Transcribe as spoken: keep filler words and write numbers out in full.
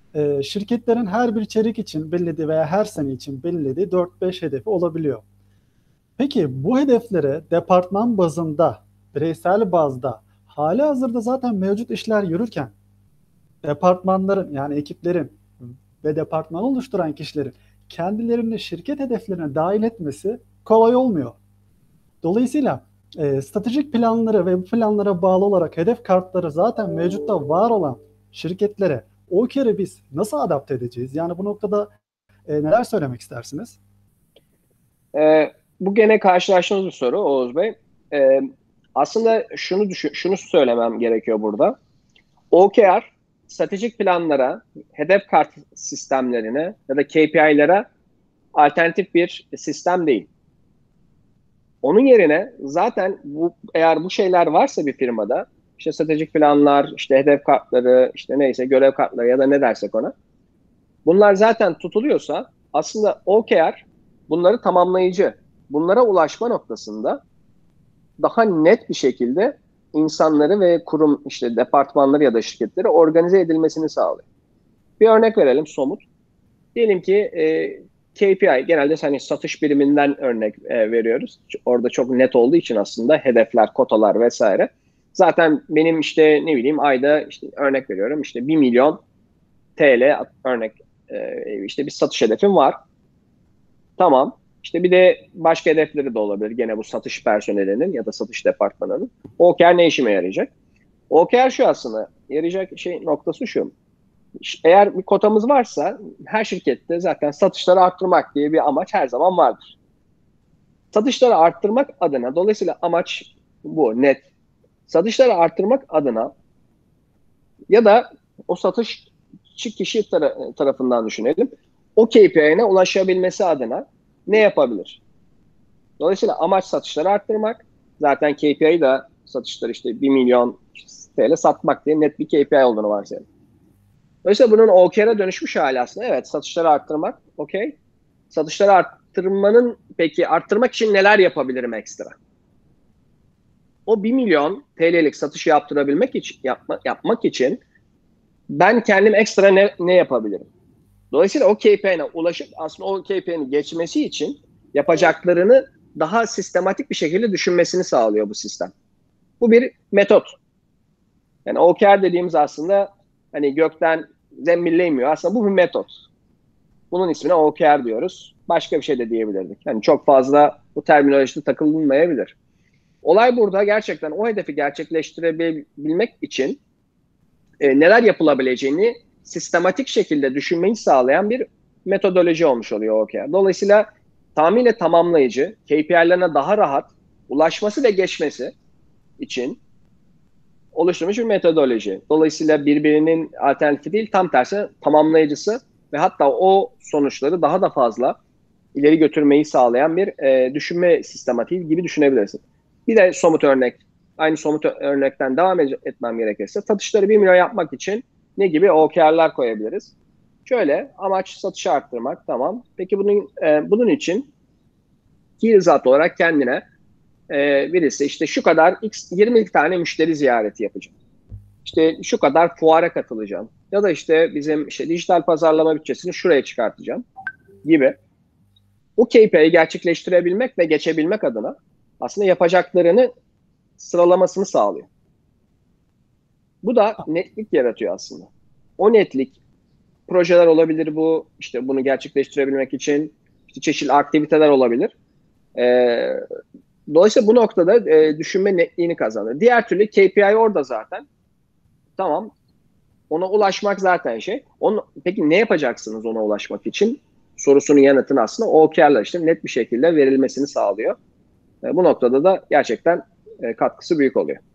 e, şirketlerin her bir çeyrek için belirlediği veya her sene için belirlediği dört beş hedefi olabiliyor. Peki bu hedeflere departman bazında, bireysel bazda hali hazırda zaten mevcut işler yürürken departmanların yani ekiplerin ve departmanı oluşturan kişilerin kendilerini şirket hedeflerine dahil etmesi kolay olmuyor. Dolayısıyla e, stratejik planları ve bu planlara bağlı olarak hedef kartları zaten mevcutta var olan şirketlere o kere biz nasıl adapte edeceğiz? Yani bu noktada e, neler söylemek istersiniz? Ee, Bu gene karşılaştığımız bir soru Oğuz Bey. Ee, Aslında şunu düşün, şunu söylemem gerekiyor burada. O K R stratejik planlara, hedef kart sistemlerine ya da K P I'lere alternatif bir sistem değil. Onun yerine zaten bu eğer bu şeyler varsa bir firmada işte stratejik planlar, işte hedef kartları, işte neyse görev kartları ya da ne dersek ona. Bunlar zaten tutuluyorsa aslında O K R bunları tamamlayıcı, bunlara ulaşma noktasında daha net bir şekilde insanları ve kurum işte departmanları ya da şirketleri organize edilmesini sağlıyor. Bir örnek verelim somut. Diyelim ki e, K P I genelde hani satış biriminden örnek e, veriyoruz. Orada çok net olduğu için aslında hedefler, kotalar vesaire. Zaten benim işte ne bileyim ayda işte örnek veriyorum işte bir milyon T L örnek e, işte bir satış hedefim var. Tamam. İşte bir de başka hedefleri de olabilir. Gene bu satış personelinin ya da satış departmanının. O K R ne işime yarayacak? O K R şu aslında yarayacak şey noktası şu. Eğer bir kotamız varsa her şirkette zaten satışları arttırmak diye bir amaç her zaman vardır. Satışları arttırmak adına dolayısıyla amaç bu net. Satışları arttırmak adına ya da o satışçı kişi tara- tarafından düşünelim. O K P I'ne ulaşabilmesi adına ne yapabilir? Dolayısıyla amaç satışları arttırmak. Zaten K P I da satışları işte bir milyon T L satmak diye net bir K P I olduğunu varsayalım. Dolayısıyla bunun O K R'a dönüşmüş hali aslında. Evet, satışları arttırmak, okey. Satışları arttırmanın, peki arttırmak için neler yapabilirim ekstra? O bir milyon T L'lik satış yaptırabilmek için, yapma, yapmak için ben kendim ekstra ne, ne yapabilirim? Dolayısıyla o K P I'ne ulaşıp aslında o K P I'nin geçmesi için yapacaklarını daha sistematik bir şekilde düşünmesini sağlıyor bu sistem. Bu bir metot. Yani O K R dediğimiz aslında hani gökten zembille inmiyor. Aslında bu bir metot. Bunun ismine O K R diyoruz. Başka bir şey de diyebilirdik. Yani çok fazla bu terminolojide takılınmayabilir. Olay burada gerçekten o hedefi gerçekleştirebilmek için e, neler yapılabileceğini sistematik şekilde düşünmeyi sağlayan bir metodoloji olmuş oluyor O K R. Dolayısıyla tamamıyla tamamlayıcı, K P I'lerine daha rahat ulaşması ve geçmesi için oluşturmuş bir metodoloji. Dolayısıyla birbirinin alternatifi değil, tam tersi tamamlayıcısı ve hatta o sonuçları daha da fazla ileri götürmeyi sağlayan bir e, düşünme sistematiği gibi düşünebilirsin. Bir de somut örnek, aynı somut örnekten devam etmem gerekirse satışları bir milyon yapmak için ne gibi O K R'lar koyabiliriz? Şöyle, amaç satışı arttırmak, tamam. Peki bunun e, bunun için ki zat olarak kendine e, birisi işte şu kadar X yirmi tane müşteri ziyareti yapacağım. İşte şu kadar fuara katılacağım. Ya da işte bizim işte dijital pazarlama bütçesini şuraya çıkartacağım gibi. Bu K P I'yi gerçekleştirebilmek ve geçebilmek adına aslında yapacaklarını sıralamasını sağlıyor. Bu da netlik yaratıyor aslında. O netlik projeler olabilir bu. İşte bunu gerçekleştirebilmek için işte çeşitli aktiviteler olabilir. Ee, Dolayısıyla bu noktada e, düşünme netliğini kazanır. Diğer türlü K P I orada zaten. Tamam. Ona ulaşmak zaten şey. Onu, peki ne yapacaksınız ona ulaşmak için? Sorusunun yanıtını aslında O K R'la işte net bir şekilde verilmesini sağlıyor. E, bu noktada da gerçekten e, katkısı büyük oluyor.